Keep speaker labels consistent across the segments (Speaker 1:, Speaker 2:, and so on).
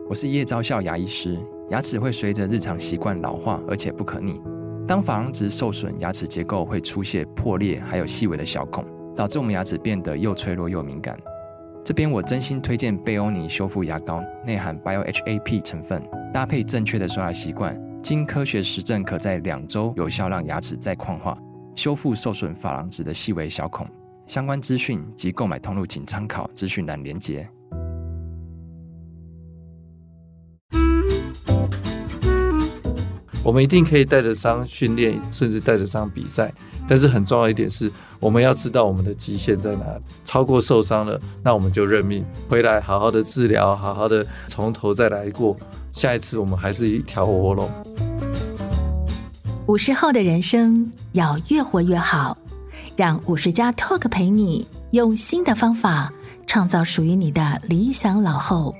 Speaker 1: 我是叶昭孝牙医师。牙齿会随着日常习惯老化，而且不可逆。当珐琅质受损，牙齿结构会出现破裂，还有细微的小孔，导致我们牙齿变得又脆弱又敏感。这边我真心推荐贝欧尼修复牙膏，内含 BioHAP 成分，搭配正确的刷牙习惯，经科学实证可在2周有效让牙齿再矿化，修复受损珐琅质的细微小孔。相关资讯及购买通路请参考资讯栏连结。
Speaker 2: 我们一定可以带着伤训练，甚至带着伤比赛，但是很重要一点是，我们要知道我们的极限在哪里。超过受伤了，那我们就认命，回来好好的治疗，好好的从头再来过。下一次我们还是一条活龙。
Speaker 3: 50后的人生要越活越好，让50+ Talk 陪你用新的方法创造属于你的理想老后。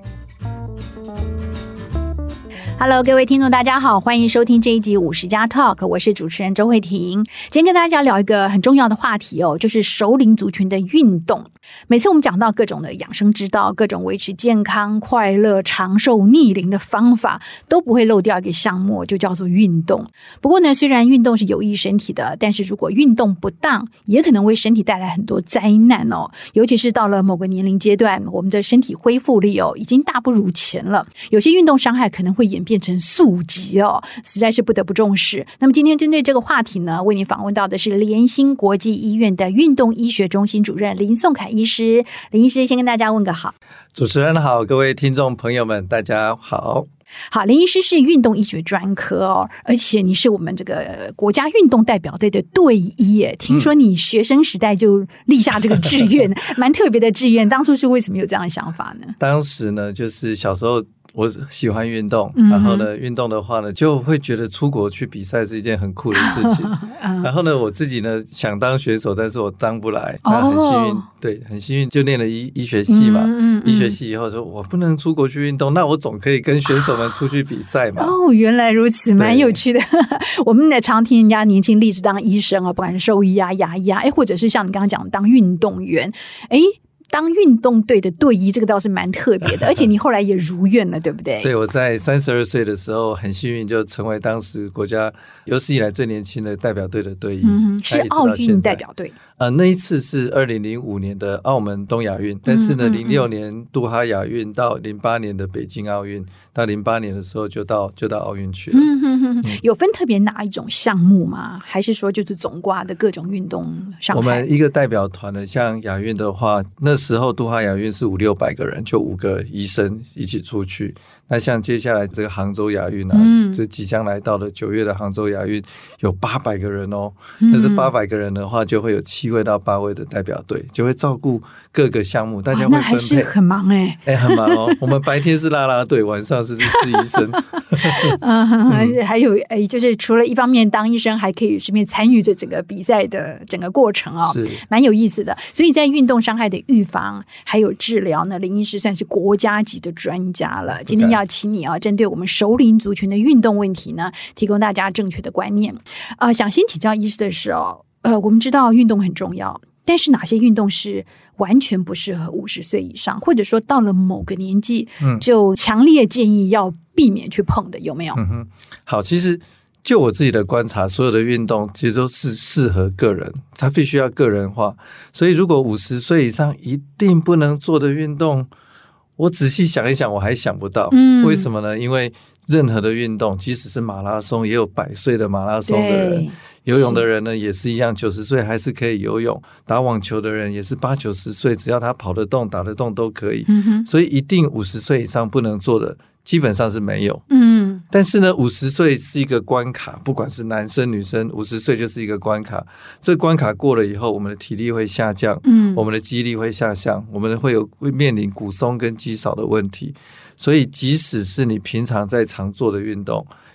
Speaker 4: Hello， 各位听众大家好，欢迎收听这一集50+ Talk， 我是主持人周慧婷。今天跟大家聊一个很重要的话题哦，就是熟龄族群的运动。每次我们讲到各种的养生之道，各种维持健康、快乐、长寿、逆龄的方法，都不会漏掉一个项目，就叫做运动。不过呢，虽然运动是有益身体的，但是如果运动不当，也可能为身体带来很多灾难哦。尤其是到了某个年龄阶段，我们的身体恢复力已经大不如前了，有些运动伤害可能会变成宿疾哦，实在是不得不重视。那么今天针对这个话题呢，为您访问到的是联心国际医院的运动医学中心主任林颂凯医师。林医师先跟大家问个好。
Speaker 2: 主持人好，各位听众朋友们大家好。
Speaker 4: 好，林医师是运动医学专科哦，而且你是我们这个国家运动代表队的队医耶。听说你学生时代就立下这个志愿，蛮特别的志愿。当初是为什么有这样的想法呢？
Speaker 2: 当时呢，就是小时候我喜欢运动，然后呢，运动的话呢，就会觉得出国去比赛是一件很酷的事情。然后呢，我自己呢想当选手，但是我当不来。那很幸运，对，很幸运就念了医学系嘛。医学系以后说，我不能出国去运动，那我总可以跟选手们出去比赛嘛。
Speaker 4: 哦，原来如此，蛮有趣的。我们呢常听人家年轻立志当医生啊，不管是兽医啊、牙医啊，或者是像你刚刚讲当运动员，当运动队的队医，这个倒是蛮特别的，而且你后来也如愿了，对不对？
Speaker 2: 对，我在32岁的时候很幸运，就成为当时国家有史以来最年轻的代表队的队医。
Speaker 4: 是奥运代表队。
Speaker 2: 那一次是2005年的澳门东亚运，但是呢，06年杜哈亚运到08年的北京奥运，到08年的时候就到奥运去了。
Speaker 4: 有分特别哪一种项目吗？还是说就是总挂的各种运动伤害？
Speaker 2: 我们一个代表团的，像亚运的话，那时候杜哈亚运是500-600个人，就5个医生一起出去。那像接下来这个杭州亚运啊，这即将来到的9月的杭州亚运有800个人哦。但是800个人的话，就会有7位到8位的代表队，就会照顾各个项目，大家会分配。
Speaker 4: 那还是很忙
Speaker 2: 很忙哦。我们白天是啦啦队，晚上是医生。
Speaker 4: 还有就是除了一方面当医生，还可以顺便参与着整个比赛的整个过程哦，蛮有意思的。所以在运动伤害的预防还有治疗呢，林医师算是国家级的专家了。今天要请你针对我们熟龄族群的运动问题呢，提供大家正确的观念。想先请教医师的是我们知道运动很重要，但是哪些运动是完全不适合50岁以上，或者说到了某个年纪就强烈建议要避免去碰的，有没有？
Speaker 2: 好，其实就我自己的观察，所有的运动其实都是适合个人，它必须要个人化。所以如果50岁以上一定不能做的运动，我仔细想一想，我还想不到。为什么呢？因为任何的运动，即使是马拉松，也有100岁的马拉松的人。游泳的人呢也是一样，90岁还是可以游泳。打网球的人也是80-90岁，只要他跑得动、打得动都可以。所以一定50岁以上不能做的，基本上是没有。但是呢，50岁是一个关卡，不管是男生女生，50岁就是一个关卡。这关卡过了以后，我们的体力会下降，我们的肌力会下降，我们会面临骨松跟肌少的问题。所以即使是你平常在常做的运动，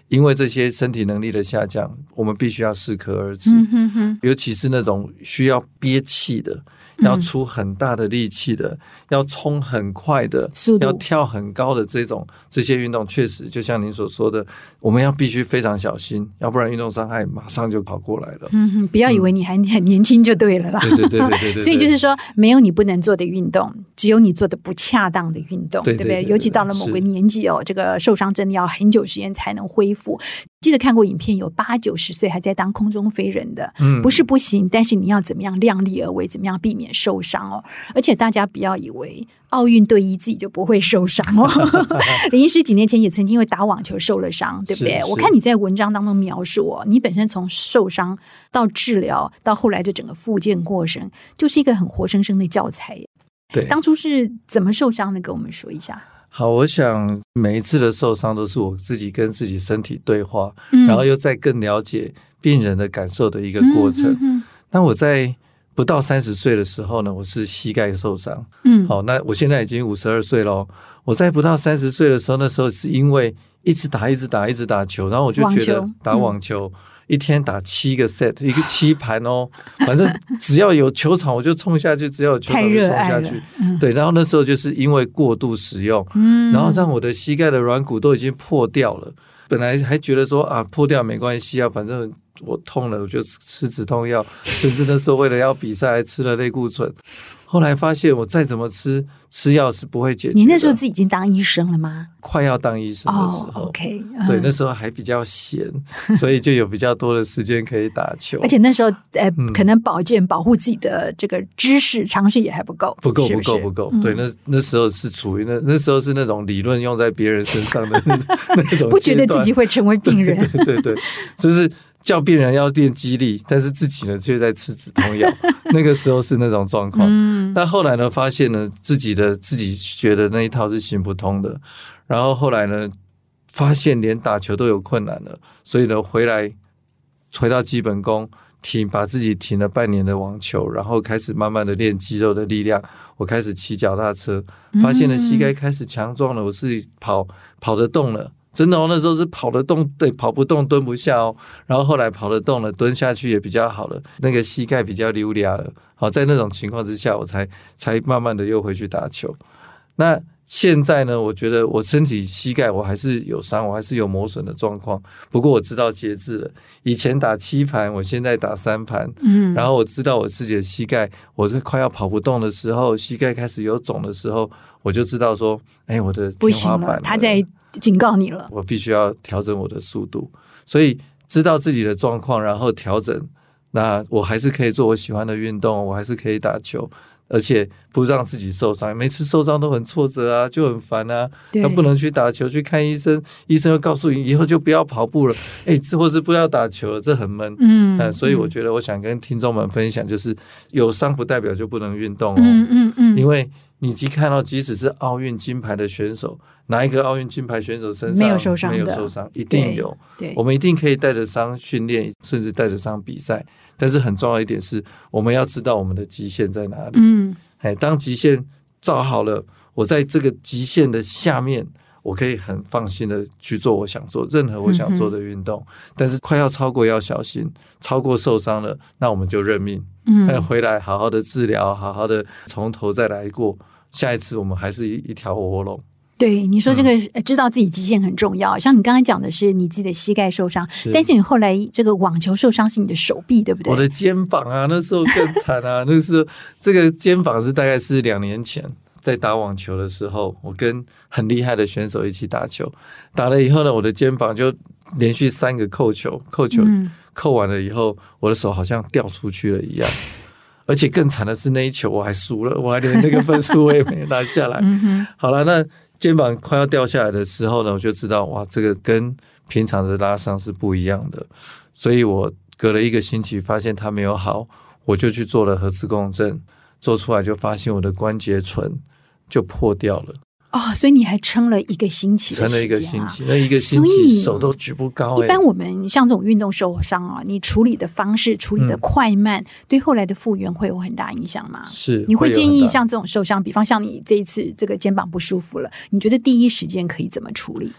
Speaker 2: 因为这些身体能力的下降，我们必须要适可而止。尤其是那种需要憋气的，要出很大的力气的，要冲很快的，要跳很高的这些运动，确实就像您所说的，我们必须非常小心，要不然运动伤害马上就跑过来了。
Speaker 4: 不要以为你还很年轻就对了啦。
Speaker 2: 对。
Speaker 4: 所以就是说，没有你不能做的运动，只有你做的不恰当的运动，对不对？尤其到了某个年纪这个受伤真的要很久时间才能恢复。记得看过影片，有80、90岁还在当空中飞人的，不是不行，但是你要怎么样量力而为，怎么样避免受伤而且大家不要以为奥运队医自己就不会受伤林医师几年前也曾经因为打网球受了伤，对不对？我看你在文章当中描述你本身从受伤到治疗到后来这整个复健过程，就是一个很活生生的教材。
Speaker 2: 对，
Speaker 4: 当初是怎么受伤的？跟我们说一下。
Speaker 2: 好，我想每一次的受伤都是我自己跟自己身体对话，然后又再更了解病人的感受的一个过程。那我在不到30岁的时候呢，我是膝盖受伤。好，那我现在已经52岁了。我在不到30岁的时候，那时候是因为一直打球，然后我就觉得打网球一天打7个 set， 一个7盘反正只要有球场我就冲下去，只要有球场就冲下去。对，然后那时候就是因为过度使用，然后让我的膝盖的软骨都已经破掉了。本来还觉得说破掉没关系反正我痛了我就吃止痛药，甚至那时候为了要比赛还吃了类固醇。后来发现我再怎么吃药是不会解决的。
Speaker 4: 你那时候自己已经当医生了吗？
Speaker 2: 快要当医生的时候
Speaker 4: OK
Speaker 2: 对，那时候还比较闲，所以就有比较多的时间可以打球。
Speaker 4: 而且那时候可能保健保护自己的这个知识常识也还不够。
Speaker 2: 不够。对，那时候是处于那时候是那种理论用在别人身上的那种
Speaker 4: 不觉得自己会成为病人。
Speaker 2: 对，就是叫病人要练肌力，但是自己呢却在吃止痛药。那个时候是那种状况。但后来呢发现呢自己学的那一套是行不通的，然后后来呢发现连打球都有困难了，所以呢回到基本功，把自己停了半年的网球，然后开始慢慢的练肌肉的力量。我开始骑脚踏车，发现了膝盖开始强壮了，我自己跑得动了。真的那时候是跑得动，对，跑不动蹲不下然后后来跑得动了，蹲下去也比较好了，那个膝盖比较溜俩了。好，在那种情况之下，我才慢慢的又回去打球。那现在呢，我觉得我身体膝盖我还是有伤，我还是有磨损的状况，不过我知道节制了。以前打7盘，我现在打3盘。然后我知道我自己的膝盖，我是快要跑不动的时候，膝盖开始有肿的时候，我就知道说我的天花板了，
Speaker 4: 他在警告你了，
Speaker 2: 我必须要调整我的速度。所以知道自己的状况，然后调整，那我还是可以做我喜欢的运动，我还是可以打球，而且不让自己受伤。每次受伤都很挫折就很烦他不能去打球，去看医生，医生又告诉你以後就不要跑步了，或者不要打球了，这很闷。所以我觉得我想跟听众们分享，就是有伤不代表就不能运动因为你看到即使是奥运金牌的选手，哪一个奥运金牌选手身上
Speaker 4: 没有受伤
Speaker 2: 一定有。对，我们一定可以带着伤训练，甚至带着伤比赛。但是很重要一点是，我们要知道我们的极限在哪里。当极限照好了，我在这个极限的下面，我可以很放心的去做我想做任何我想做的运动。但是快要超过要小心，超过受伤了，那我们就认命。回来好好的治疗，好好的从头再来过。下一次我们还是一条活龙。
Speaker 4: 对，你说这个知道自己极限很重要。像你刚才讲的是你自己的膝盖受伤，但是你后来这个网球受伤是你的手臂，对不对？
Speaker 2: 我的肩膀那时候更惨那时候这个肩膀是大概是2年前在打网球的时候，我跟很厉害的选手一起打球，打了以后呢，我的肩膀就连续3个扣球扣完了以后，我的手好像掉出去了一样。而且更惨的是那一球我还输了，我还连那个分数我也没拿下来。好了，那肩膀快要掉下来的时候呢，我就知道哇，这个跟平常的拉伤是不一样的。所以我隔了1个星期发现它没有好，我就去做了核磁共振，做出来就发现我的关节唇就破掉了。
Speaker 4: 所以你还撑了1个星期的时间撑了
Speaker 2: 1个星期，那1个星期手都举不高。
Speaker 4: 一般我们像这种运动受伤你处理的方式、处理的快慢，对后来的复原会有很大影响吗？
Speaker 2: 是，
Speaker 4: 你会建议像这种受伤，比方像你这一次这个肩膀不舒服了，你觉得第一时间可以怎么处理？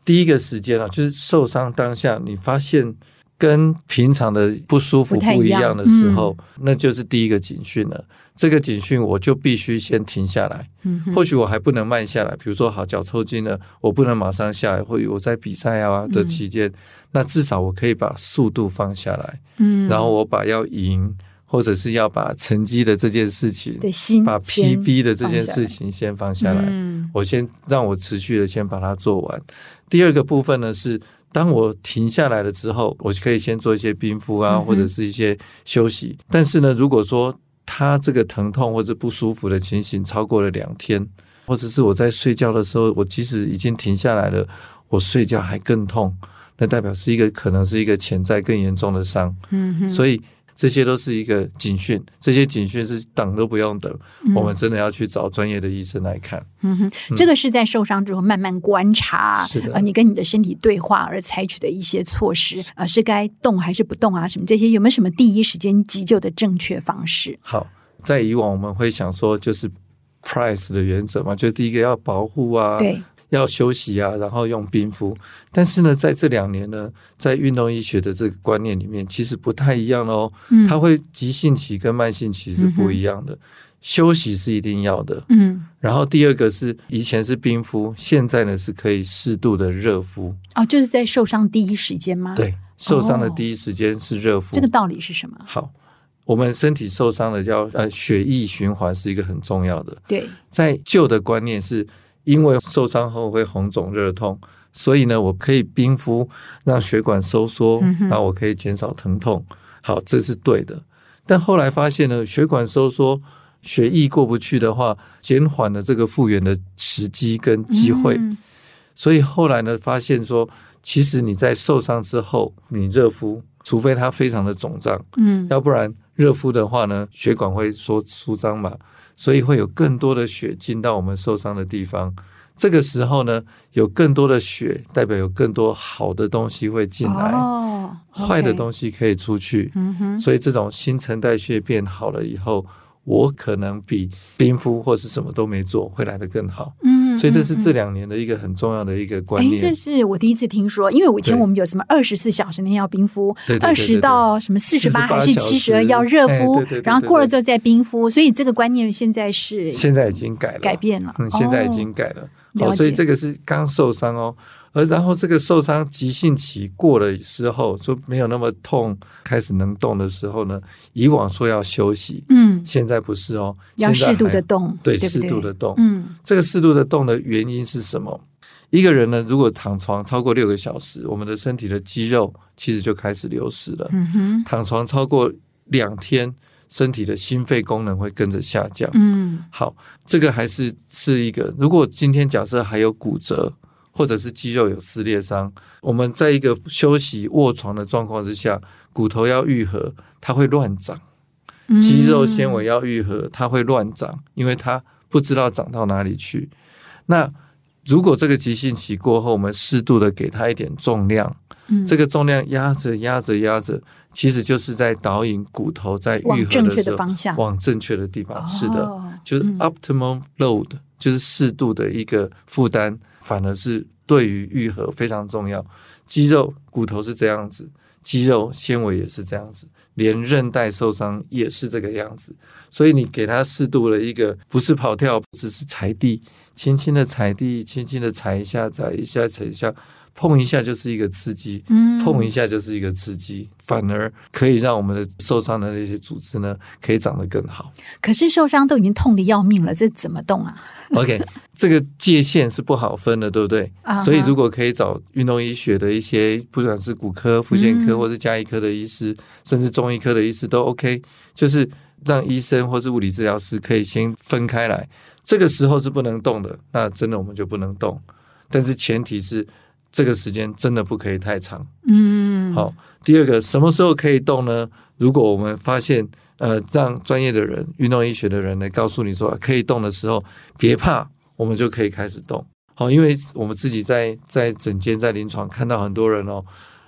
Speaker 2: 第一个时间就是受伤当下，你发现跟平常的不舒服不一样的时候，那就是第一个警讯了。这个警讯我就必须先停下来，或许我还不能慢下来，比如说好脚抽筋了，我不能马上下来，或者我在比赛的期间，那至少我可以把速度放下来，然后我把要赢或者是要把成绩的这件事情，把 PB 的这件事情先放下来，我先让我持续的先把它做完。第二个部分呢是，当我停下来了之后，我可以先做一些冰敷或者是一些休息。但是呢，如果说他这个疼痛或者不舒服的情形超过了2天，或者是我在睡觉的时候，我即使已经停下来了，我睡觉还更痛，那代表是可能是一个潜在更严重的伤。所以这些都是一个警讯，这些警讯是等都不用等，我们真的要去找专业的医生来看。
Speaker 4: 这个是在受伤之后慢慢观察，你跟你的身体对话而采取的一些措施，是该动还是不动什么这些，有没有什么第一时间急救的正确方式？
Speaker 2: 好，在以往我们会想说就是 PRICE 的原则嘛，就第一个要保护对，要休息然后用冰敷。但是呢，在这2年呢，在运动医学的这个观念里面，其实不太一样哦。它会急性期跟慢性期是不一样的，休息是一定要的。然后第二个是以前是冰敷，现在呢是可以适度的热敷。
Speaker 4: 就是在受伤第一时间吗？
Speaker 2: 对，受伤的第一时间是热敷。
Speaker 4: 这个道理是什么？
Speaker 2: 好，我们身体受伤的血液循环是一个很重要的。
Speaker 4: 对，在
Speaker 2: 旧的观念是因为受伤后会红肿热痛，所以呢我可以冰敷让血管收缩，然后我可以减少疼痛。好，这是对的。但后来发现呢，血管收缩血液过不去的话，减缓了这个复原的时机跟机会。所以后来呢发现说，其实你在受伤之后你热敷，除非它非常的肿胀，要不然热敷的话呢，血管会舒张嘛，所以会有更多的血进到我们受伤的地方。这个时候呢，有更多的血，代表有更多好的东西会进来，坏的东西可以出去。所以这种新陈代谢变好了以后，我可能比冰敷或是什么都没做会来得更好。所以这是这2年的一个很重要的一个观念。
Speaker 4: 这是我第一次听说，因为以前我们有什么24小时内要冰敷，20到什么48还是72要热敷，然后过了之后再冰敷，所以这个观念现在
Speaker 2: 已经改变了。现在已经改了。好，所以这个是刚受伤哦。然后这个受伤急性期过了之后，就没有那么痛，开始能动的时候呢，以往说要休息，现在不是哦，
Speaker 4: 要适度的动，
Speaker 2: 对，适度的动。这个适度的动的原因是什么？一个人呢，如果躺床超过6个小时，我们的身体的肌肉其实就开始流失了。躺床超过2天，身体的心肺功能会跟着下降。好，这个还是一个，如果今天假设还有骨折或者是肌肉有撕裂伤，我们在一个休息卧床的状况之下，骨头要愈合它会乱长，肌肉纤维要愈合它会乱长，因为它不知道长到哪里去。那如果这个急性期过后，我们适度的给它一点重量，这个重量压着，其实就是在导引骨头在愈合的时候往正确的地方。是的，就是 optimal load， 就是适度的一个负担，反而是对于愈合非常重要。肌肉骨头是这样子，肌肉纤维也是这样子，连韧带受伤也是这个样子。所以你给它适度的一个，不是跑跳，只是踩地，轻轻的踩地，轻轻的踩一下，踩一下，踩一下，碰一下就是一个刺激，碰一下就是一个刺激，反而可以让我们的受伤的那些组织呢，可以长得更好。
Speaker 4: 可是受伤都已经痛得要命了，这怎么动啊
Speaker 2: ？OK， 这个界限是不好分的，对不对？所以如果可以找运动医学的一些，不管是骨科、复健科，或是家医科的医师，甚至中医科的医师都 OK， 就是让医生或是物理治疗师可以先分开来。这个时候是不能动的，那真的我们就不能动。但是前提是这个时间真的不可以太长。好，第二个什么时候可以动呢？如果我们发现让专业的人，运动医学的人来告诉你说可以动的时候，别怕，我们就可以开始动。好，因为我们自己在诊间在临床看到很多人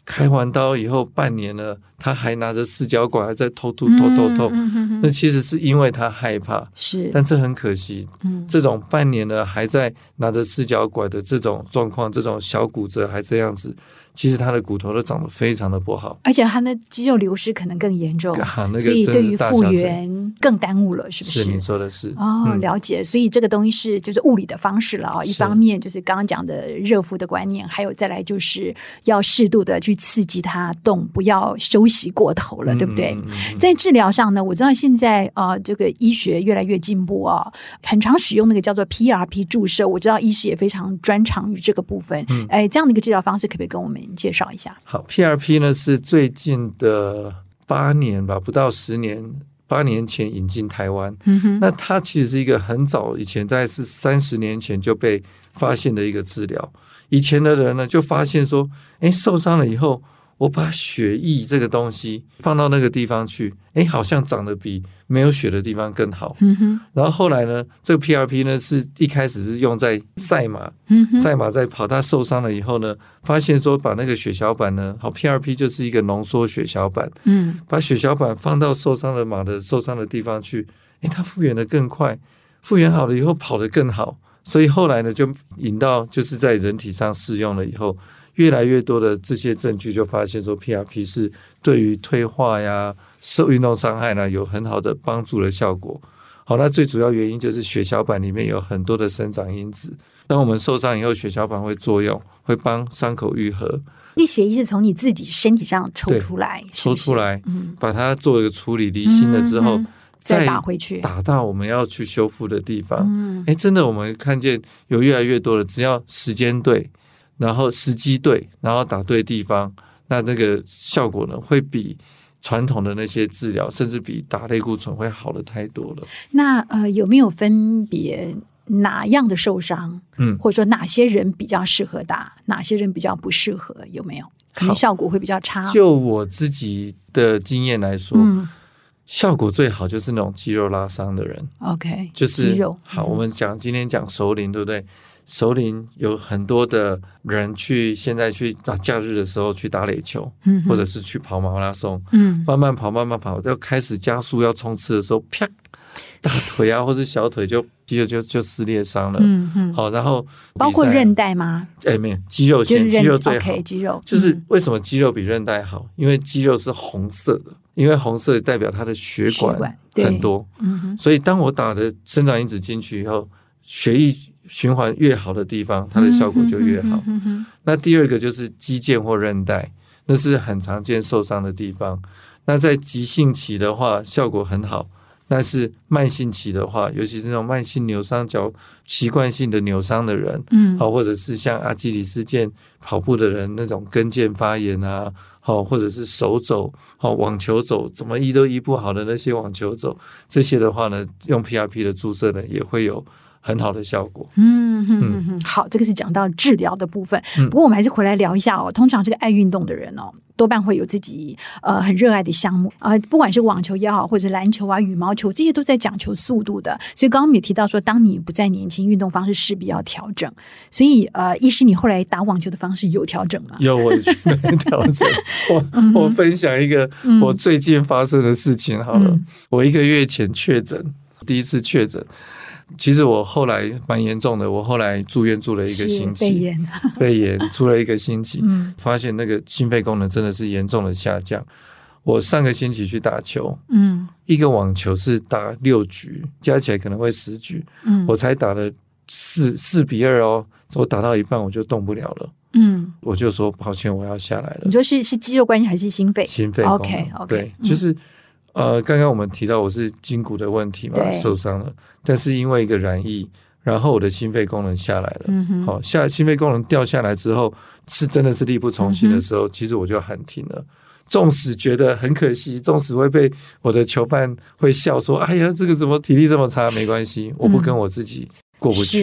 Speaker 2: 开完刀以后半年了，他还拿着四角管还在偷吐，那其实是因为他害怕，
Speaker 4: 是，
Speaker 2: 但这很可惜，这种半年了还在拿着四角管的这种状况，这种小骨折还这样子，其实他的骨头都长得非常的不好，
Speaker 4: 而且他的肌肉流失可能更严重，
Speaker 2: 那个
Speaker 4: 所以对于复原更耽误了，是不是？
Speaker 2: 是，你说的是
Speaker 4: 了解。所以这个东西是就是物理的方式了一方面就是刚刚讲的热敷的观念，还有再来就是要适度的去刺激它动，不要休息过头了，对不对？在治疗上呢，我知道现在这个医学越来越进步很常使用那个叫做 PRP 注射，我知道医师也非常专长于这个部分。这样的一个治疗方式可不可以跟我们介绍一下？
Speaker 2: 好， PRP 呢是最近的8年吧，不到10年，8年前引进台湾。那它其实是一个很早以前，大概是30年前就被发现的一个治疗。以前的人呢就发现说，受伤了以后，我把血液这个东西放到那个地方去，好像长得比没有血的地方更好。然后后来呢，这个 PRP 呢是一开始是用在赛马，赛马在跑，他受伤了以后呢，发现说把那个血小板呢，好 PRP 就是一个浓缩血小板，把血小板放到受伤的马的受伤的地方去，它复原的更快，复原好了以后跑得更好，所以后来呢就引到就是在人体上试用了以后，越来越多的这些证据就发现说 PRP 是对于退化呀、受运动伤害呢有很好的帮助的效果。好，那最主要原因就是血小板里面有很多的生长因子，当我们受伤以后，血小板会作用，会帮伤口愈合。
Speaker 4: 那血液是从你自己身体上抽出来，
Speaker 2: 抽出来，把它做一个处理，离心了之后，
Speaker 4: 再打回去，
Speaker 2: 打到我们要去修复的地方。真的我们看见有越来越多的，只要时间对，然后时机对，然后打对地方，那个效果呢会比传统的那些治疗，甚至比打类固醇会好的太多了。
Speaker 4: 那有没有分别哪样的受伤，或者说哪些人比较适合打，哪些人比较不适合，有没有？可能效果会比较差。
Speaker 2: 就我自己的经验来说，效果最好就是那种肌肉拉伤的人。
Speaker 4: OK，
Speaker 2: 就是
Speaker 4: 肌肉。
Speaker 2: 好，我们今天讲熟龄，对不对？熟龄有很多的人现在去假日的时候去打垒球，或者是去跑马拉松，慢慢跑，要开始加速要冲刺的时候，啪，大腿啊或者小腿肌肉就撕裂伤了。好，然后
Speaker 4: 包括韧带吗？
Speaker 2: 没有，肌肉先，肌肉最好。
Speaker 4: OK， 肌肉
Speaker 2: 就是为什么肌肉比韧带好？因为肌肉是红色的，因为红色代表它的血管很多，所以当我打的生长因子进去以后，血液循环越好的地方，它的效果就越好。那第二个就是肌腱或韧带，那是很常见受伤的地方。那在急性期的话，效果很好。但是慢性期的话，尤其是那种慢性扭伤脚习惯性的扭伤的人，或者是像阿基里斯腱跑步的人那种跟腱发炎啊，或者是手肘网球肘怎么医都医不好的那些网球肘，这些的话呢，用 PRP 的注射呢也会有很好的效果。
Speaker 4: 好，这个是讲到治疗的部分。不过我们还是回来聊一下通常这个爱运动的人多半会有自己很热爱的项目不管是网球也好，或者篮球啊、羽毛球，这些都在讲求速度的。所以刚刚我们也提到说，当你不再年轻，运动方式势必要调整。所以医师，你后来打网球的方式有调整吗？
Speaker 2: 有，我调整。我分享一个我最近发生的事情好了。我1个月前确诊，第一次确诊。其实我后来蛮严重的，我后来住院住了1个星期，肺炎住了1个星期，发现那个心肺功能真的是严重的下降。我上个星期去打球，一个网球是打6局，加起来可能会10局，我才打了4-2我打到一半我就动不了了。我就说抱歉，我要下来了。
Speaker 4: 你说是肌肉关系还是心肺？
Speaker 2: 心肺功能。
Speaker 4: OK，
Speaker 2: 对，就是刚刚我们提到我是筋骨的问题嘛，受伤了，但是因为一个染疫，然后我的心肺功能下来了。心肺功能掉下来之后，是真的是力不从心的时候，其实我就喊停了。纵使觉得很可惜，纵使会被我的球伴会笑说：“哎呀，这个怎么体力这么差？”没关系，我不跟我自己过不去。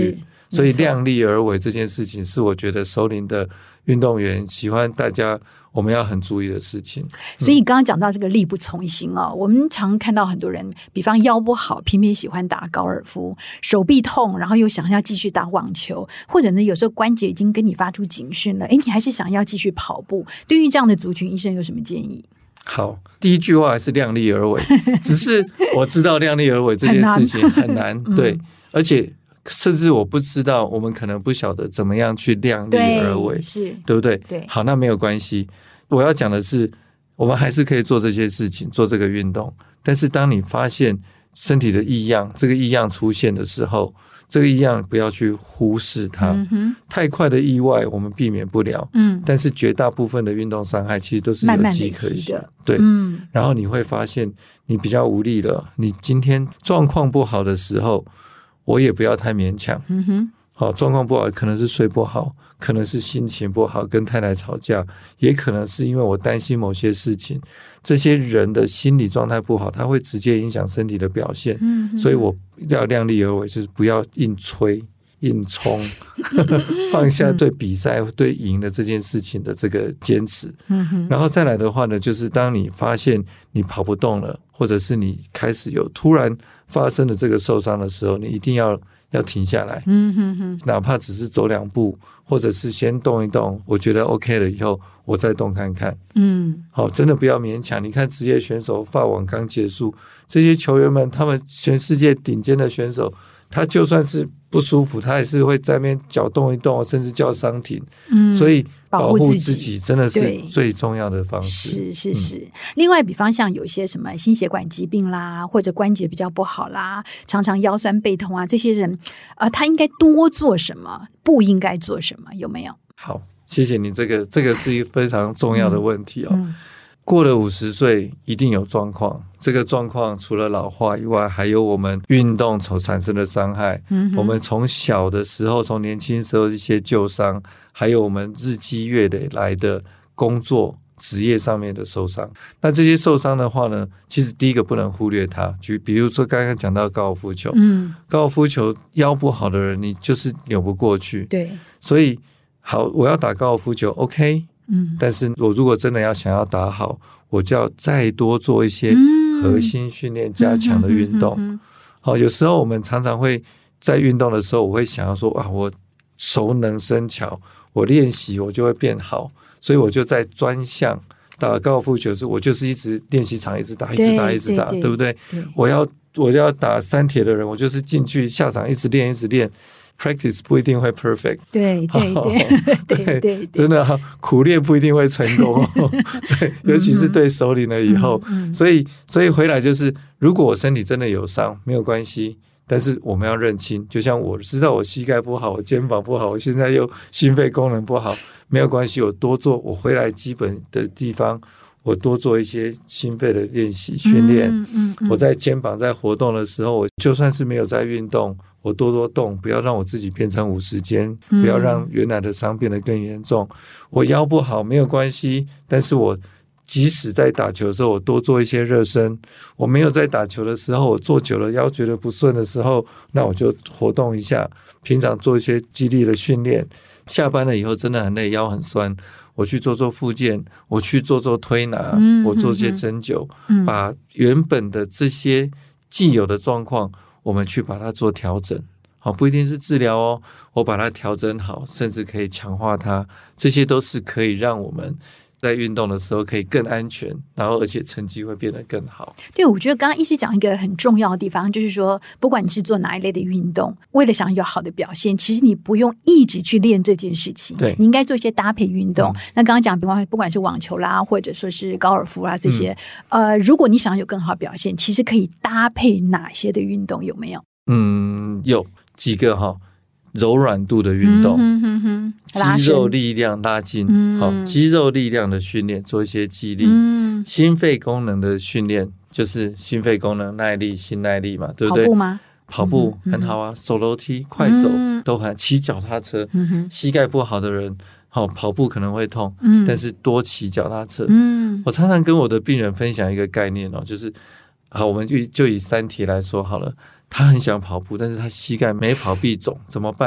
Speaker 2: 所以量力而为这件事情是我觉得熟龄的运动员喜欢大家我们要很注意的事情。
Speaker 4: 所以刚刚讲到这个力不从心哦，我们常看到很多人，比方腰不好，偏偏喜欢打高尔夫；手臂痛，然后又想要继续打网球，或者呢，有时候关节已经跟你发出警讯了，你还是想要继续跑步。对于这样的族群，医生有什么建议？
Speaker 2: 好，第一句话还是量力而为，只是我知道量力而为这件事情很难，对，而且甚至我不知道，我们可能不晓得怎么样去量力而为，
Speaker 4: 是，
Speaker 2: 对不对？
Speaker 4: 对，
Speaker 2: 好，那没有关系。我要讲的是，我们还是可以做这些事情，做这个运动。但是当你发现身体的异样，这个异样出现的时候，这个异样不要去忽视它。太快的意外我们避免不了，但是绝大部分的运动伤害其实都是有迹可循的，对。然后你会发现你比较无力了，你今天状况不好的时候，我也不要太勉强。好，状况不好可能是睡不好，可能是心情不好，跟太太吵架，也可能是因为我担心某些事情。这些人的心理状态不好，它会直接影响身体的表现。所以我要量力而为，就是不要硬催硬冲放下对比赛对赢的这件事情的这个坚持。然后再来的话呢，就是当你发现你跑不动了，或者是你开始有突然发生的这个受伤的时候，你一定要停下来，哪怕只是走2步，或者是先动一动，我觉得 OK 了以后，我再动看看。好，真的不要勉强。你看职业选手法网刚结束，这些球员们，他们全世界顶尖的选手，他就算是不舒服，他也是会在那边脚动一动，甚至叫伤停。所以保护自己真的是最重要的方式。
Speaker 4: 是。另外比方像有些什么心血管疾病啦，或者关节比较不好啦，常常腰酸背痛啊，这些人他应该多做什么，不应该做什么，有没有？
Speaker 2: 好，谢谢你，这个是一个非常重要的问题哦。过了50岁一定有状况，这个状况除了老化以外，还有我们运动所产生的伤害。我们从小的时候，从年轻时候一些旧伤，还有我们日积月累来的工作职业上面的受伤。那这些受伤的话呢，其实第一个不能忽略它，比如说刚刚讲到高尔夫球，高尔夫球腰不好的人，你就是扭不过去。
Speaker 4: 对，
Speaker 2: 所以好，我要打高尔夫球 OK，但是我如果真的想要打好，我就要再多做一些核心训练加强的运动。好，有时候我们常常会在运动的时候，我会想要说我熟能生巧，我练习我就会变好，所以我就在专项打高尔夫球时，我就是一直练习场一直打，对不对？我要打3铁的人，我就是进去下场一直练。practice 不一定会 perfect， 对，真的苦练不一定会成功，对，尤其是对熟龄了以后，所以回来就是，如果我身体真的有伤，没有关系，但是我们要认清，就像我知道我膝盖不好，我肩膀不好，我现在又心肺功能不好，没有关系，我多做，我回来基本的地方。我多做一些心肺的练习训练，我在肩膀在活动的时候，我就算是没有在运动，我多动，不要让我自己变成50肩，不要让原来的伤变得更严重。我腰不好没有关系，但是我即使在打球的时候，我多做一些热身。我没有在打球的时候，我坐久了腰觉得不顺的时候，那我就活动一下，平常做一些肌力的训练。下班了以后真的很累，腰很酸，我去做复健，我去做推拿，我做些针灸，把原本的这些既有的状况，我们去把它做调整。好，不一定是治疗哦，我把它调整好，甚至可以强化它，这些都是可以让我们在运动的时候可以更安全，然后而且成绩会变得更好。
Speaker 4: 对，我觉得刚刚医师讲一个很重要的地方，就是说不管你是做哪一类的运动，为了想有好的表现，其实你不用一直去练这件事情，对，你应该做一些搭配运动。那刚刚讲不管是网球啦，或者说是高尔夫啦这些，如果你想有更好表现，其实可以搭配哪些的运动，有没有？
Speaker 2: 有几个柔软度的运动，肌肉力量拉筋，肌肉力量的训练，做一些肌力，心肺功能的训练，就是心肺功能耐力、心耐力嘛，对不对？
Speaker 4: 跑步吗？
Speaker 2: 跑步很好啊，走楼梯、快走都很，骑脚踏车，膝盖不好的人，跑步可能会痛，但是多骑脚踏车。我常常跟我的病人分享一个概念就是好，我们就以3铁来说好了。他很想跑步，但是他膝盖没跑必肿，怎么办？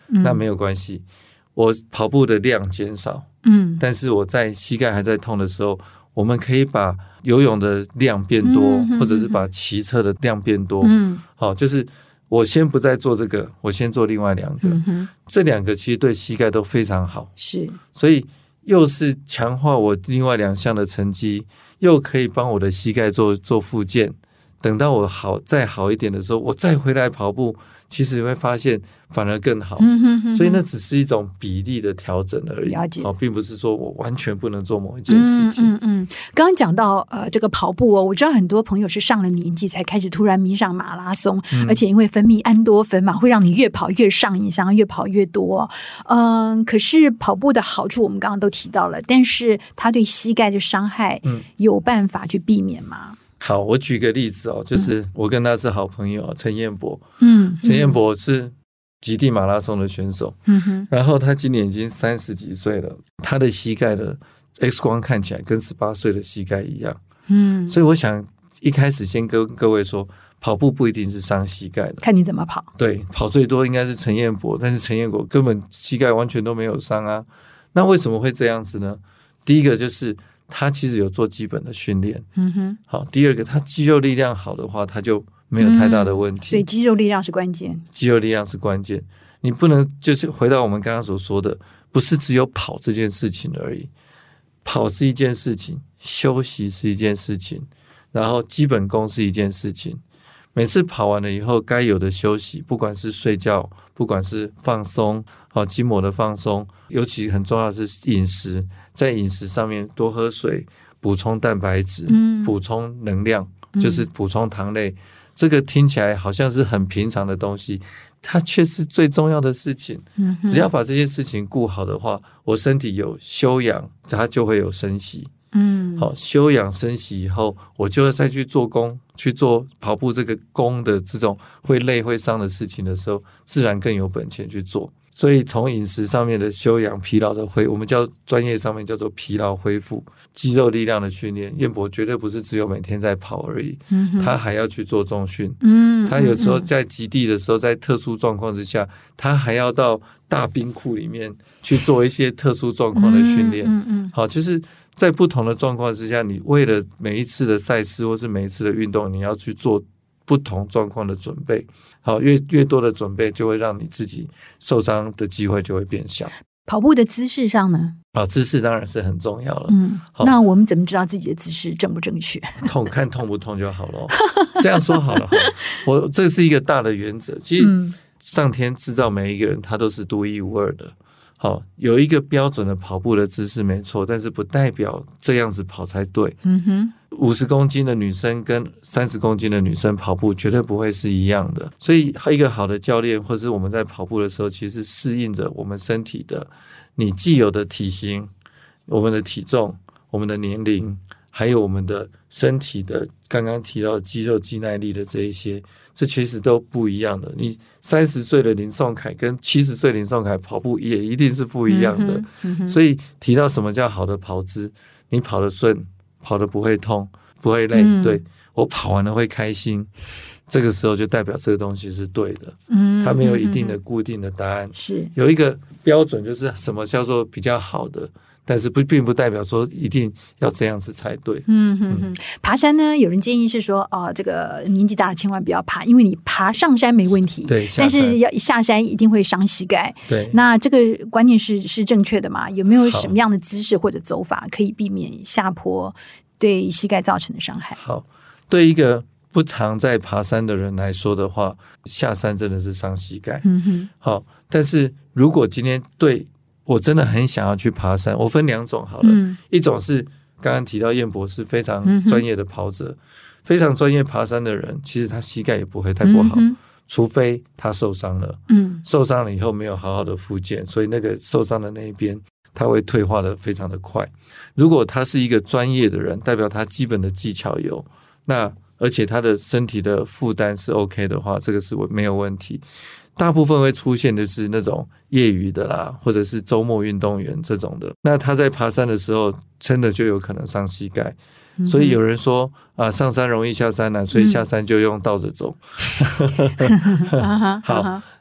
Speaker 2: 那没有关系，我跑步的量减少，但是我在膝盖还在痛的时候，我们可以把游泳的量变多，或者是把骑车的量变多。好，就是我先不再做这个，我先做另外2个，这2个其实对膝盖都非常好。
Speaker 4: 是，
Speaker 2: 所以又是强化我另外2项的成绩，又可以帮我的膝盖做复健。等到我再好一点的时候，我再回来跑步，其实你会发现反而更好。所以那只是一种比例的调整而已，
Speaker 4: 了解，
Speaker 2: 并不是说我完全不能做某一件事情。
Speaker 4: 刚刚讲到这个跑步我知道很多朋友是上了年纪才开始突然迷上马拉松，而且因为分泌安多酚嘛，会让你越跑越上瘾，想要越跑越多。可是跑步的好处我们刚刚都提到了，但是它对膝盖的伤害有办法去避免吗？
Speaker 2: 好，我举个例子就是我跟他是好朋友陈彦博，陈彦博是极地马拉松的选手，然后他今年已经30几岁了，他的膝盖的 X 光看起来跟18岁的膝盖一样，所以我想一开始先跟各位说，跑步不一定是伤膝盖的，
Speaker 4: 看你怎么跑。
Speaker 2: 对，跑最多应该是陈彦博，但是陈彦博根本膝盖完全都没有伤啊。那为什么会这样子呢？第一个就是他其实有做基本的训练，好，第二个他肌肉力量好的话，他就没有太大的问题，
Speaker 4: 所以肌肉力量是关键，
Speaker 2: 肌肉力量是关键。你不能就是回到我们刚刚所说的，不是只有跑这件事情而已，跑是一件事情，休息是一件事情，然后基本功是一件事情。每次跑完了以后，该有的休息，不管是睡觉，不管是放松，筋膜的放松，尤其很重要的是饮食，在饮食上面多喝水，补充蛋白质，补充能量，就是补充糖类。这个听起来好像是很平常的东西，它却是最重要的事情。只要把这些事情顾好的话，我身体有休养，它就会有生息。好，休养生息以后，我就再去做功，去做跑步这个功的这种会累会伤的事情的时候，自然更有本钱去做。所以从饮食上面的休养、疲劳的我们专业上面叫做疲劳恢复，肌肉力量的训练。彦博绝对不是只有每天在跑而已，他还要去做重训。他有时候在极地的时候，在特殊状况之下，他还要到大冰库里面去做一些特殊状况的训练。好，就是在不同的状况之下，你为了每一次的赛事或是每一次的运动，你要去做不同状况的准备。好，越多的准备，就会让你自己受伤的机会就会变小。
Speaker 4: 跑步的姿势上呢？
Speaker 2: 姿势当然是很重要了。
Speaker 4: 那我们怎么知道自己的姿势正不正确？
Speaker 2: 看痛不痛就好了。这样说好了，这是一个大的原则。其实上天制造每一个人，他都是独一无二的。好，有一个标准的跑步的姿势没错，但是不代表这样子跑才对。50公斤的女生跟30公斤的女生跑步绝对不会是一样的。所以一个好的教练，或是我们在跑步的时候，其实适应着我们身体的你既有的体型、我们的体重、我们的年龄，还有我们的身体的刚刚提到的肌肉肌耐力的这一些，这其实都不一样的。你30岁的林颂凯跟70岁林颂凯跑步也一定是不一样的。所以提到什么叫好的跑姿，你跑得顺，跑得不会痛不会累，对，我跑完了会开心，这个时候就代表这个东西是对的。它没有一定的固定的答案，
Speaker 4: 是有
Speaker 2: 一个标准，就是什么叫做比较好的，但是并不代表说一定要这样子才对。
Speaker 4: 爬山呢，有人建议是说，这个年纪大了千万不要爬，因为你爬上山没问题，
Speaker 2: 对，
Speaker 4: 但是要下山一定会伤膝盖。
Speaker 2: 对，
Speaker 4: 那这个观念是正确的吗？有没有什么样的姿势或者走法可以避免下坡对膝盖造成的伤害？
Speaker 2: 好，对一个不常在爬山的人来说的话，下山真的是伤膝盖。好，但是如果今天对我真的很想要去爬山，我分2种好了。一种是刚刚提到彦博是非常专业的跑者，非常专业爬山的人，其实他膝盖也不会太不好，除非他受伤了。受伤了以后没有好好的复健，所以那个受伤的那一边他会退化的非常的快。如果他是一个专业的人，代表他基本的技巧有，那而且他的身体的负担是 OK 的话，这个是没有问题。大部分会出现的是那种业余的啦，或者是周末运动员这种的，那他在爬山的时候真的就有可能伤膝盖。所以有人说上山容易下山难，所以下山就用倒着走。好，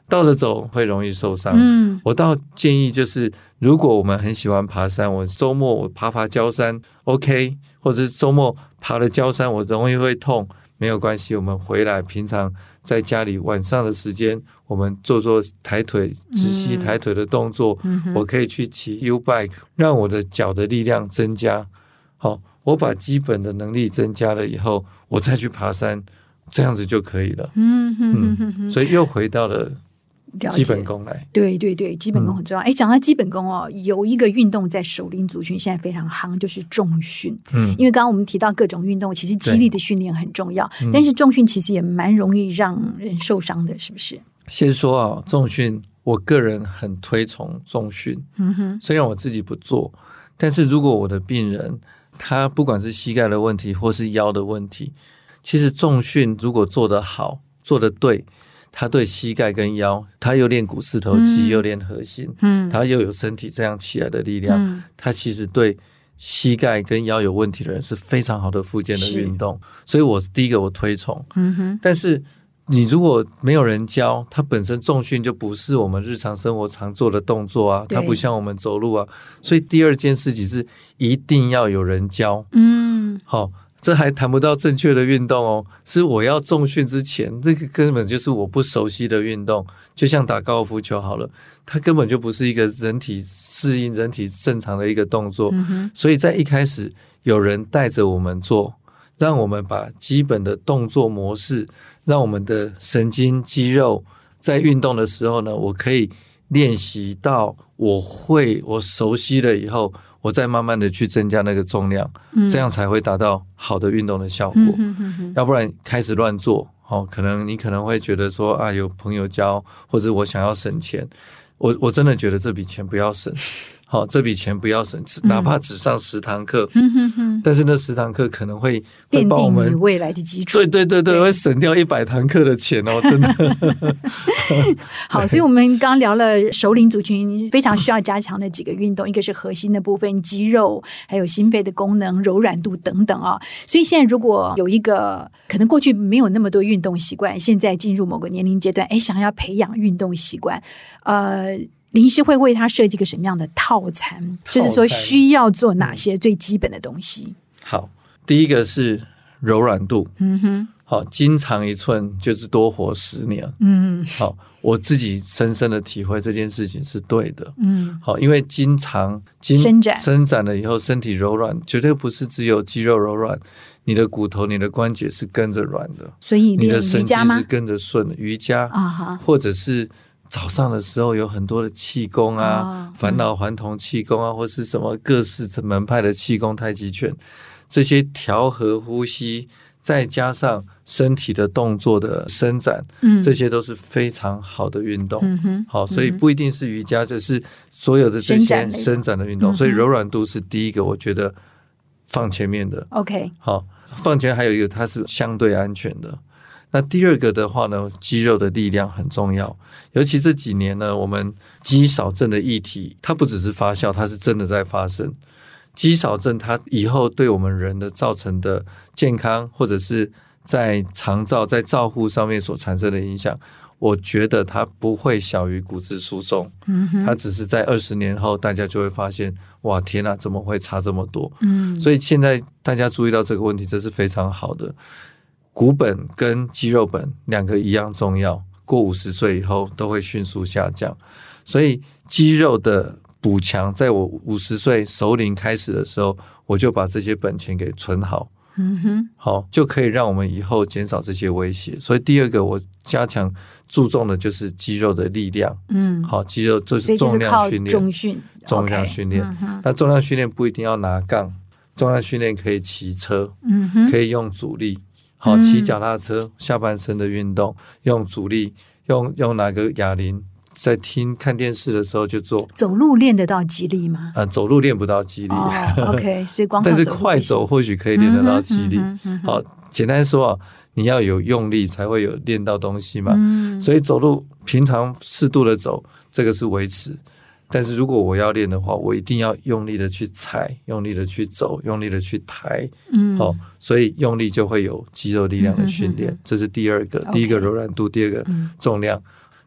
Speaker 2: 倒着走会容易受伤。我倒建议就是，如果我们很喜欢爬山，我周末我爬礁山 OK， 或者是周末爬了礁山我容易会痛，没有关系，我们回来平常在家里晚上的时间，我们做抬腿直膝抬腿的动作，我可以去骑 U-Bike， 让我的脚的力量增加。好，我把基本的能力增加了以后，我再去爬山，这样子就可以了。所以又回到了基本功来。
Speaker 4: 对对对，基本功很重要。讲到基本功哦，有一个运动在首领族群现在非常夯，就是重训。因为刚刚我们提到各种运动，其实肌力的训练很重要，但是重训其实也蛮容易让人受伤的，是不是？
Speaker 2: 先说重训，我个人很推崇重训。虽然我自己不做，但是如果我的病人他不管是膝盖的问题或是腰的问题，其实重训如果做得好，做得对，他对膝盖跟腰，他又练股四头肌，又练核心，他又有身体这样起来的力量，他其实对膝盖跟腰有问题的人是非常好的复健的运动。所以我第一个我推崇。但是你如果没有人教，它本身重训就不是我们日常生活常做的动作啊，它不像我们走路啊。所以第二件事情是一定要有人教。好，这还谈不到正确的运动哦，是我要重训之前，这个根本就是我不熟悉的运动。就像打高尔夫球好了，它根本就不是一个人体适应人体正常的一个动作。所以在一开始有人带着我们做，让我们把基本的动作模式，让我们的神经肌肉在运动的时候呢，我可以练习到我熟悉了以后，我再慢慢的去增加那个重量，这样才会达到好的运动的效果。要不然开始乱做，你可能会觉得说有朋友教，或者我想要省钱，我真的觉得这笔钱不要省。这笔钱不要省，哪怕只上10堂课，但是那10堂课可能会帮我们
Speaker 4: 奠定未来的基础。
Speaker 2: 对，会省掉100堂课的钱哦，真的。
Speaker 4: 好，所以我们刚刚聊了首领族群非常需要加强的几个运动，一个是核心的部分，肌肉，还有心肺的功能、柔软度等等啊。所以现在如果有一个可能过去没有那么多运动习惯，现在进入某个年龄阶段，想要培养运动习惯，林医师会为他设计个什么样的套餐？就是说需要做哪些最基本的东西？
Speaker 2: 好，第一个是柔软度。好，筋长1寸就是多活10年。好，我自己深深的体会这件事情是对的。好，因为筋长伸展了以后，身体柔软，绝对不是只有肌肉柔软，你的骨头、你的关节是跟着软的。
Speaker 4: 所以
Speaker 2: 你的神经是跟着顺的。瑜伽或者是早上的时候有很多的气功返老还童气功或是什么各式门派的气功、太极拳，这些调和呼吸，再加上身体的动作的伸展，这些都是非常好的运动。好，所以不一定是瑜伽，这是所有的这些伸展的运动。所以柔软度是第一个，我觉得放前面的。
Speaker 4: OK，
Speaker 2: 好，放前面还有一个，它是相对安全的。那第二个的话呢，肌肉的力量很重要，尤其这几年呢，我们肌少症的议题，它不只是发酵，它是真的在发生。肌少症它以后对我们人的造成的健康，或者是在长照、在照护上面所产生的影响，我觉得它不会小于骨质疏松。它只是在20年后，大家就会发现，哇，天啊，怎么会差这么多？所以现在大家注意到这个问题，这是非常好的。骨本跟肌肉本两个一样重要，过50岁以后都会迅速下降，所以肌肉的补强，在我50岁首领开始的时候，我就把这些本钱给存好。好，就可以让我们以后减少这些威胁。所以第二个我加强注重的就是肌肉的力量。好，肌肉就是重量训练，重量训练。那重量训练不一定要拿杠，重量训练可以骑车，可以用阻力。好，骑脚踏车，下半身的运动，用阻力，用哪个哑铃，在看电视的时候就做。
Speaker 4: 走路练得到肌力吗？
Speaker 2: 走路练不到肌力。
Speaker 4: OK， 所以光靠
Speaker 2: 但是快走或许可以练得到肌力。好，简单说你要有用力才会有练到东西嘛。所以走路平常适度的走，这个是维持。但是如果我要练的话，我一定要用力的去踩，用力的去走，用力的去抬。好，所以用力就会有肌肉力量的训练。这是第二个，第一个柔软度，第二个重量。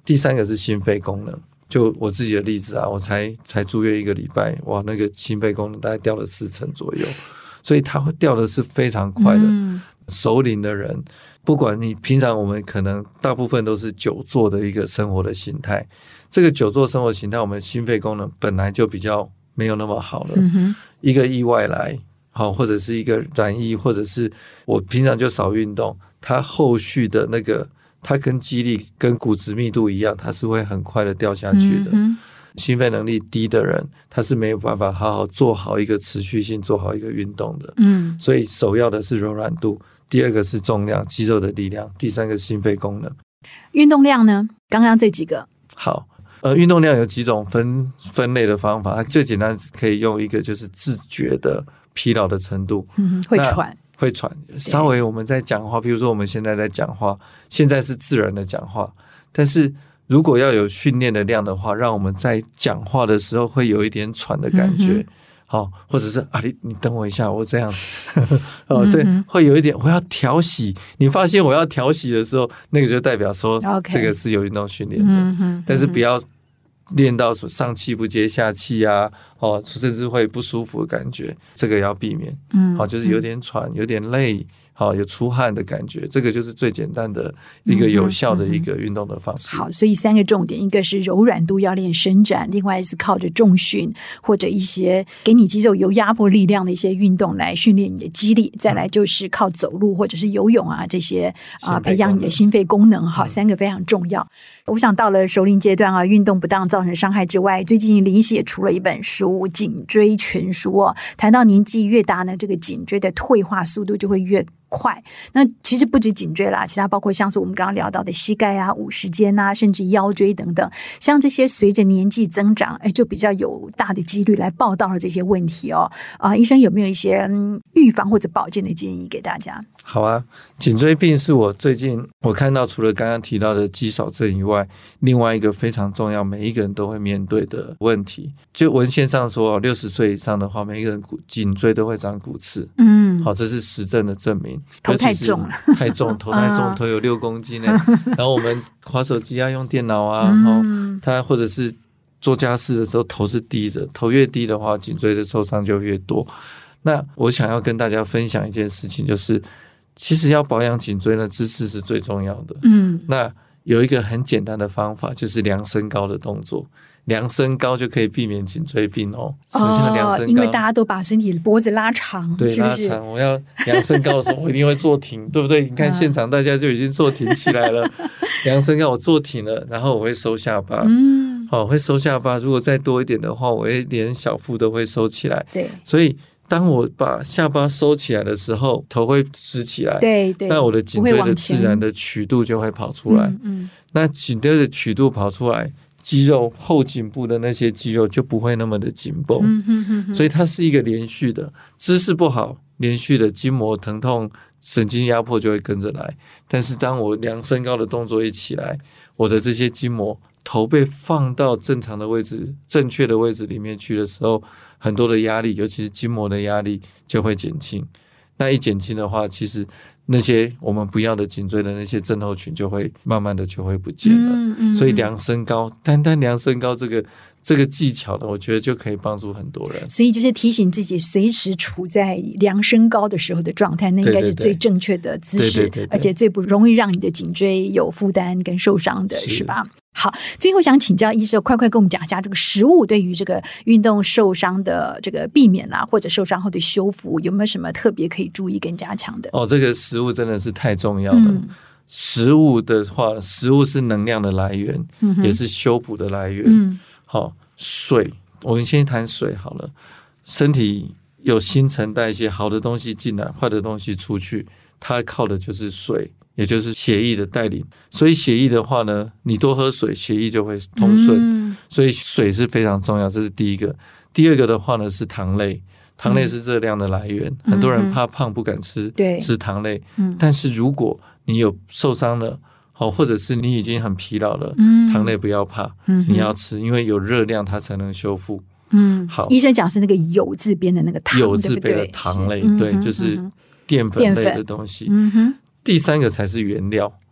Speaker 2: 第三个是心肺功能。就我自己的例子啊，我才住院1个礼拜，哇，那个心肺功能大概掉了40%左右，所以它会掉的是非常快的。熟龄的人，不管你平常我们可能大部分都是久坐的一个生活的形态，这个久坐生活形态，我们心肺功能本来就比较没有那么好了。一个意外来，或者是一个染疫，或者是我平常就少运动，它后续的那个。它跟肌力跟骨质密度一样，它是会很快的掉下去的。心肺能力低的人，他是没有办法好好做好一个持续性做好一个运动的。所以首要的是柔软度，第二个是重量肌肉的力量，第三个心肺功能。
Speaker 4: 运动量呢？刚刚这几个好。
Speaker 2: 运动量有几种分类的方法，它最简单可以用一个就是自觉的疲劳的程度。会喘，稍微我们在讲话，比如说我们现在在讲话，现在是自然的讲话，但是如果要有训练的量的话，让我们在讲话的时候会有一点喘的感觉。或者是你等我一下，我这样子所以会有一点我要调息，你发现我要调息的时候，那个就代表说这个是有运动训练的。但是不要练到上气不接下气啊，甚至会不舒服的感觉，这个要避免。就是有点喘，有点累，有出汗的感觉，这个就是最简单的一个有效的一个运动的方式。
Speaker 4: 好，所以3个重点，一个是柔软度要练伸展，另外是靠着重训或者一些给你肌肉有压迫力量的一些运动来训练你的肌力，再来就是靠走路或者是游泳啊这些培养你的心肺功能。好，3个非常重要。我想到了熟龄阶段运动不当造成伤害之外，最近林医师也出了一本书《颈椎全书》谈到年纪越大呢，这个颈椎的退化速度就会越快。那其实不止颈椎啦，其他包括像是我们刚刚聊到的膝盖啊、五十肩啊，甚至腰椎等等，像这些随着年纪增长，就比较有大的几率来报道了这些问题医生有没有一些预防或者保健的建议给大家？
Speaker 2: 好啊，颈椎病是我最近我看到除了刚刚提到的肌少症以外，另外一个非常重要，每一个人都会面对的问题。就文献上说60岁以上的话，每一个人颈椎都会长骨刺。好，这是实证的证明。
Speaker 4: 头太重了，
Speaker 2: 太重，头太重，头有6公斤然后我们滑手机啊，用电脑啊，他或者是做家事的时候头是低着，头越低的话，颈椎的受伤就越多。那我想要跟大家分享一件事情，就是其实要保养颈椎的姿势是最重要的。那有一个很简单的方法，就是量身高的动作。量身高就可以避免颈椎病什么叫量身高？
Speaker 4: 因为大家都把身体的脖子拉长，
Speaker 2: 对，
Speaker 4: 是不是？
Speaker 2: 拉长。我要量身高的时候，我一定会坐挺，对不对？你看现场大家就已经坐挺起来了。量身高，我坐挺了，然后我会收下巴。会收下巴。如果再多一点的话，我会连小腹都会收起来。
Speaker 4: 对，
Speaker 2: 所以当我把下巴收起来的时候，头会直起来。
Speaker 4: 对，
Speaker 2: 那我的颈椎的自然的曲度就会跑出来。那颈椎的曲度跑出来，肌肉后颈部的那些肌肉就不会那么的紧绷。所以它是一个连续的，姿势不好，连续的筋膜疼痛、神经压迫就会跟着来。但是当我量身高的动作一起来，我的这些筋膜头被放到正常的位置、正确的位置里面去的时候，很多的压力，尤其是筋膜的压力就会减轻。那一减轻的话，其实那些我们不要的颈椎的那些症候群就会慢慢的就会不见了。所以量身高，单单量身高这个技巧呢，我觉得就可以帮助很多人。
Speaker 4: 所以就是提醒自己随时处在量身高的时候的状态，那应该是最正确的姿势，而且最不容易让你的颈椎有负担跟受伤的，是吧？好，最后想请教医生，快跟我们讲一下这个食物对于这个运动受伤的这个避免或者受伤后的修复，有没有什么特别可以注意跟加强的？
Speaker 2: 这个食物真的是太重要了。食物的话，食物是能量的来源，也是修补的来源。好，水，我们先谈水好了。身体有新陈代谢，好的东西进来，坏的东西出去，它靠的就是水，也就是血液的带领。所以血液的话呢，你多喝水，血液就会通顺。所以水是非常重要，这是第一个。第二个的话呢，是糖类。糖类是热量的来源，很多人怕胖不敢吃糖类。但是如果你有受伤了，或者是你已经很疲劳了，糖类不要怕，你要吃，因为有热量它才能修复。好，
Speaker 4: 医生讲是那个酉字边的那个糖，
Speaker 2: 酉字边的糖类，对，就是淀粉类的东西。第三个才是原料。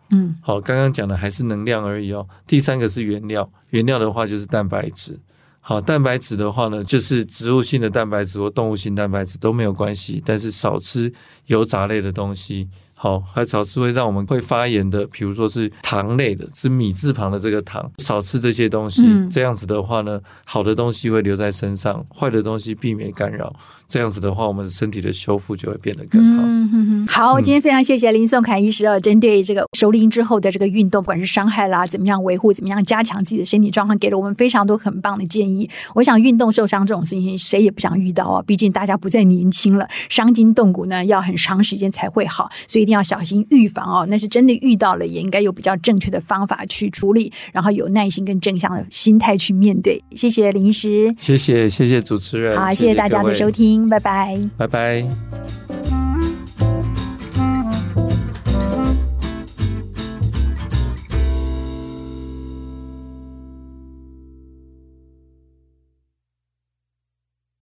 Speaker 2: 好，刚刚讲的还是能量而已哦。第三个是原料，原料的话就是蛋白质。好，蛋白质的话呢，就是植物性的蛋白质或动物性蛋白质都没有关系，但是少吃油炸类的东西。好，还少吃会让我们会发炎的，比如说是糖类的，是米字旁的这个糖，少吃这些东西。这样子的话呢，好的东西会留在身上，坏的东西避免干扰。这样子的话，我们身体的修复就会变得更好。
Speaker 4: 好，今天非常谢谢林颂凯医师针对这个熟龄之后的这个运动，不管是伤害啦，怎么样维护，怎么样加强自己的身体状况，给了我们非常多很棒的建议。我想运动受伤这种事情，谁也不想遇到毕竟大家不再年轻了，伤筋动骨呢要很长时间才会好，所以一定要小心预防那是真的遇到了，也应该有比较正确的方法去处理，然后有耐心跟正向的心态去面对。谢谢林医师，
Speaker 2: 谢谢主持人，
Speaker 4: 好，谢谢大家的收听，拜拜，
Speaker 2: 拜拜。